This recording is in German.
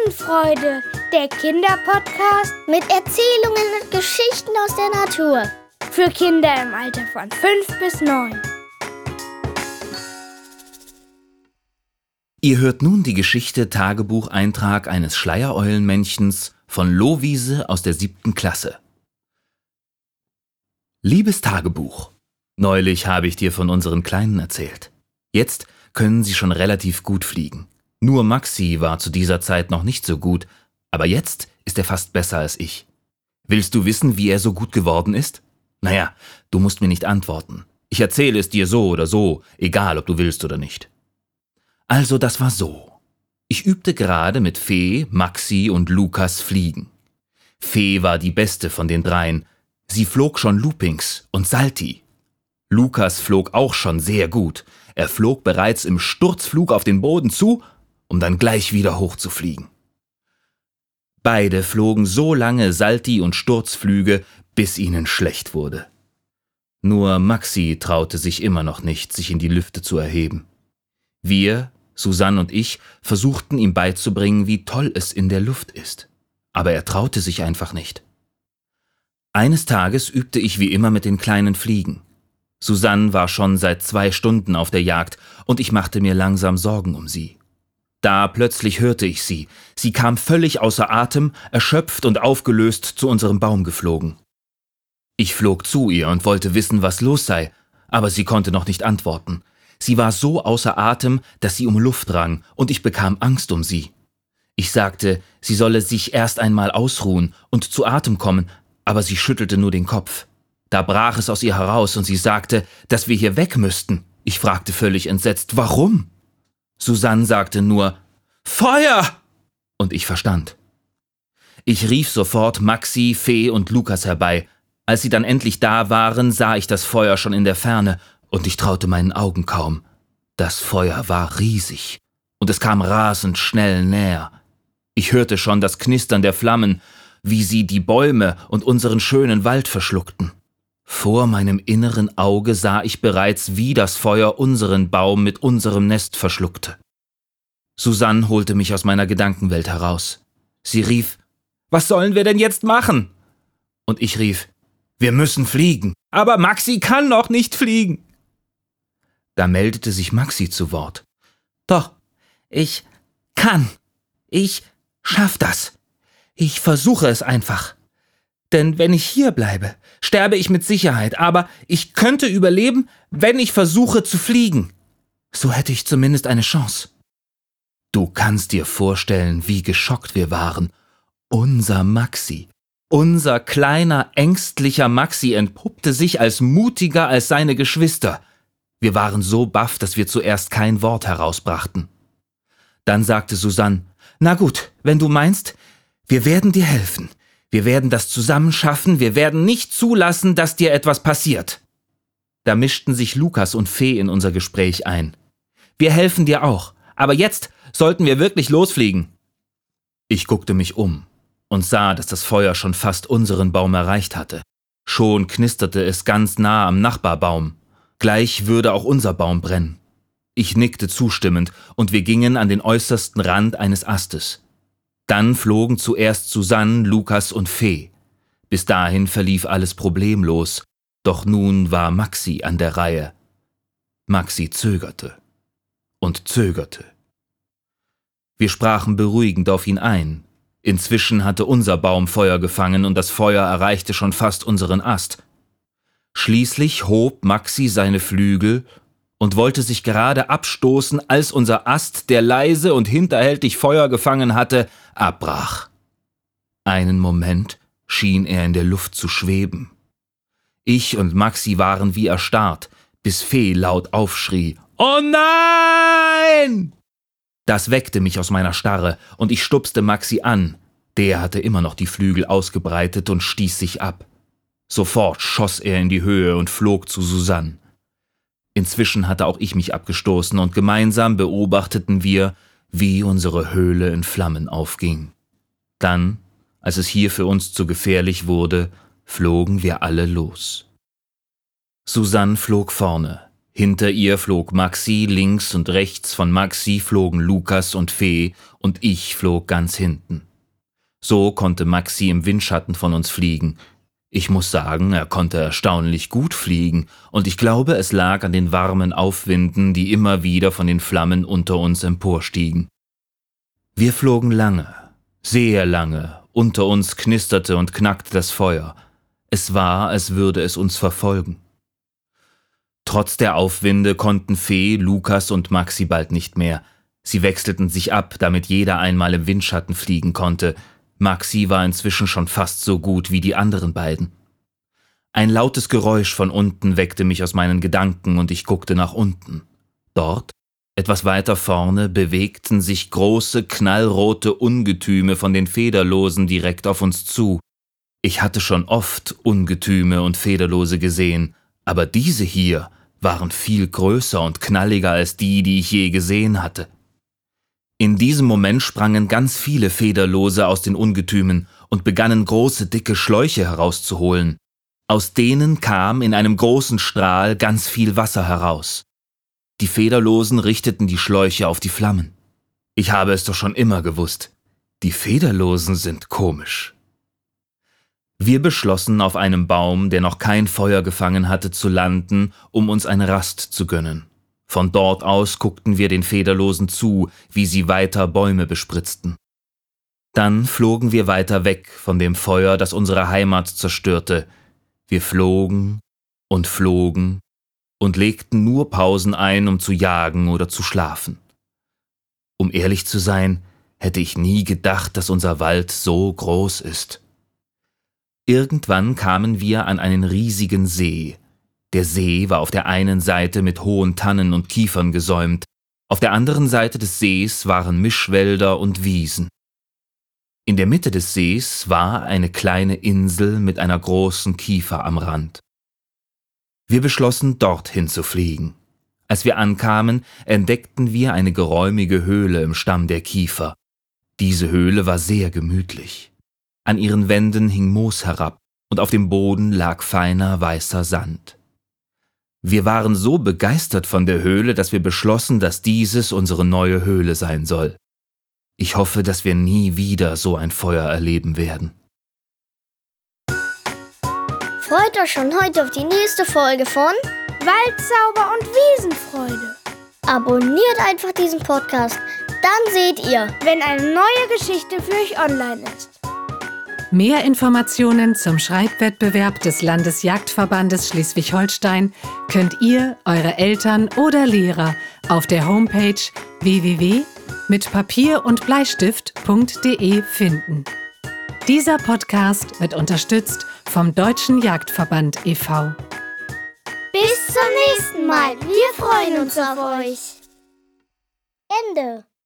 Farbenfreude, der Kinderpodcast mit Erzählungen und Geschichten aus der Natur. Für Kinder im Alter von 5 bis 9. Ihr hört nun die Geschichte Tagebucheintrag eines Schleiereulenmännchens von Lowiese aus der 7. Klasse. Liebes Tagebuch, neulich habe ich dir von unseren Kleinen erzählt. Jetzt können sie schon relativ gut fliegen. Nur Maxi war zu dieser Zeit noch nicht so gut, aber jetzt ist er fast besser als ich. Willst du wissen, wie er so gut geworden ist? Naja, du musst mir nicht antworten. Ich erzähle es dir so oder so, egal ob du willst oder nicht. Also, das war so. Ich übte gerade mit Fee, Maxi und Lukas fliegen. Fee war die beste von den dreien. Sie flog schon Loopings und Salti. Lukas flog auch schon sehr gut. Er flog bereits im Sturzflug auf den Boden zu, um dann gleich wieder hochzufliegen. Beide flogen so lange Salti- und Sturzflüge, bis ihnen schlecht wurde. Nur Maxi traute sich immer noch nicht, sich in die Lüfte zu erheben. Wir, Susanne und ich, versuchten ihm beizubringen, wie toll es in der Luft ist. Aber er traute sich einfach nicht. Eines Tages übte ich wie immer mit den Kleinen Fliegen. Susanne war schon seit 2 Stunden auf der Jagd und ich machte mir langsam Sorgen um sie. Da plötzlich hörte ich sie. Sie kam völlig außer Atem, erschöpft und aufgelöst zu unserem Baum geflogen. Ich flog zu ihr und wollte wissen, was los sei, aber sie konnte noch nicht antworten. Sie war so außer Atem, dass sie um Luft rang und ich bekam Angst um sie. Ich sagte, sie solle sich erst einmal ausruhen und zu Atem kommen, aber sie schüttelte nur den Kopf. Da brach es aus ihr heraus und sie sagte, dass wir hier weg müssten. Ich fragte völlig entsetzt, warum? Susanne sagte nur, Feuer! Und ich verstand. Ich rief sofort Maxi, Fee und Lukas herbei. Als sie dann endlich da waren, sah ich das Feuer schon in der Ferne und ich traute meinen Augen kaum. Das Feuer war riesig und es kam rasend schnell näher. Ich hörte schon das Knistern der Flammen, wie sie die Bäume und unseren schönen Wald verschluckten. Vor meinem inneren Auge sah ich bereits, wie das Feuer unseren Baum mit unserem Nest verschluckte. Susanne holte mich aus meiner Gedankenwelt heraus. Sie rief, »Was sollen wir denn jetzt machen?« Und ich rief, »Wir müssen fliegen, aber Maxi kann noch nicht fliegen.« Da meldete sich Maxi zu Wort. »Doch, ich kann. Ich schaff das. Ich versuche es einfach. Denn wenn ich hier bleibe, sterbe ich mit Sicherheit, aber ich könnte überleben, wenn ich versuche zu fliegen. So hätte ich zumindest eine Chance.« Du kannst dir vorstellen, wie geschockt wir waren. Unser Maxi, unser kleiner, ängstlicher Maxi entpuppte sich als mutiger als seine Geschwister. Wir waren so baff, dass wir zuerst kein Wort herausbrachten. Dann sagte Susanne, »Na gut, wenn du meinst, wir werden dir helfen. Wir werden das zusammen schaffen, wir werden nicht zulassen, dass dir etwas passiert.« Da mischten sich Lukas und Fee in unser Gespräch ein. »Wir helfen dir auch, aber jetzt sollten wir wirklich losfliegen.« Ich guckte mich um und sah, dass das Feuer schon fast unseren Baum erreicht hatte. Schon knisterte es ganz nah am Nachbarbaum. Gleich würde auch unser Baum brennen. Ich nickte zustimmend und wir gingen an den äußersten Rand eines Astes. Dann flogen zuerst Susanne, Lukas und Fee. Bis dahin verlief alles problemlos, doch nun war Maxi an der Reihe. Maxi zögerte und zögerte. Wir sprachen beruhigend auf ihn ein. Inzwischen hatte unser Baum Feuer gefangen und das Feuer erreichte schon fast unseren Ast. Schließlich hob Maxi seine Flügel und wollte sich gerade abstoßen, als unser Ast, der leise und hinterhältig Feuer gefangen hatte, abbrach. Einen Moment schien er in der Luft zu schweben. Ich und Maxi waren wie erstarrt, bis Fee laut aufschrie, »Oh nein!« Das weckte mich aus meiner Starre und ich stupste Maxi an. Der hatte immer noch die Flügel ausgebreitet und stieß sich ab. Sofort schoss er in die Höhe und flog zu Susanne. Inzwischen hatte auch ich mich abgestoßen und gemeinsam beobachteten wir, wie unsere Höhle in Flammen aufging. Dann, als es hier für uns zu gefährlich wurde, flogen wir alle los. Susanne flog vorne, Hinter ihr flog Maxi, links und rechts von Maxi flogen Lukas und Fee und ich flog ganz hinten. So konnte Maxi im Windschatten von uns fliegen. Ich muss sagen, er konnte erstaunlich gut fliegen und ich glaube, es lag an den warmen Aufwinden, die immer wieder von den Flammen unter uns emporstiegen. Wir flogen lange, sehr lange, unter uns knisterte und knackte das Feuer. Es war, als würde es uns verfolgen. Trotz der Aufwinde konnten Fee, Lukas und Maxi bald nicht mehr. Sie wechselten sich ab, damit jeder einmal im Windschatten fliegen konnte. Maxi war inzwischen schon fast so gut wie die anderen beiden. Ein lautes Geräusch von unten weckte mich aus meinen Gedanken und ich guckte nach unten. Dort, etwas weiter vorne, bewegten sich große, knallrote Ungetüme von den Federlosen direkt auf uns zu. Ich hatte schon oft Ungetüme und Federlose gesehen, aber diese hier waren viel größer und knalliger als die ich je gesehen hatte. In diesem Moment sprangen ganz viele Federlose aus den Ungetümen und begannen große, dicke Schläuche herauszuholen. Aus denen kam in einem großen Strahl ganz viel Wasser heraus. Die Federlosen richteten die Schläuche auf die Flammen. Ich habe es doch schon immer gewusst. Die Federlosen sind komisch. Wir beschlossen, auf einem Baum, der noch kein Feuer gefangen hatte, zu landen, um uns eine Rast zu gönnen. Von dort aus guckten wir den Federlosen zu, wie sie weiter Bäume bespritzten. Dann flogen wir weiter weg von dem Feuer, das unsere Heimat zerstörte. Wir flogen und legten nur Pausen ein, um zu jagen oder zu schlafen. Um ehrlich zu sein, hätte ich nie gedacht, dass unser Wald so groß ist. Irgendwann kamen wir an einen riesigen See. Der See war auf der einen Seite mit hohen Tannen und Kiefern gesäumt, auf der anderen Seite des Sees waren Mischwälder und Wiesen. In der Mitte des Sees war eine kleine Insel mit einer großen Kiefer am Rand. Wir beschlossen, dorthin zu fliegen. Als wir ankamen, entdeckten wir eine geräumige Höhle im Stamm der Kiefer. Diese Höhle war sehr gemütlich. An ihren Wänden hing Moos herab und auf dem Boden lag feiner weißer Sand. Wir waren so begeistert von der Höhle, dass wir beschlossen, dass dieses unsere neue Höhle sein soll. Ich hoffe, dass wir nie wieder so ein Feuer erleben werden. Freut euch schon heute auf die nächste Folge von Waldzauber und Wiesenfreude. Abonniert einfach diesen Podcast, dann seht ihr, wenn eine neue Geschichte für euch online ist. Mehr Informationen zum Schreibwettbewerb des Landesjagdverbandes Schleswig-Holstein könnt ihr, eure Eltern oder Lehrer auf der Homepage www.mitpapierundbleistift.de finden. Dieser Podcast wird unterstützt vom Deutschen Jagdverband e.V. bis zum nächsten Mal. Wir freuen uns auf euch. Ende.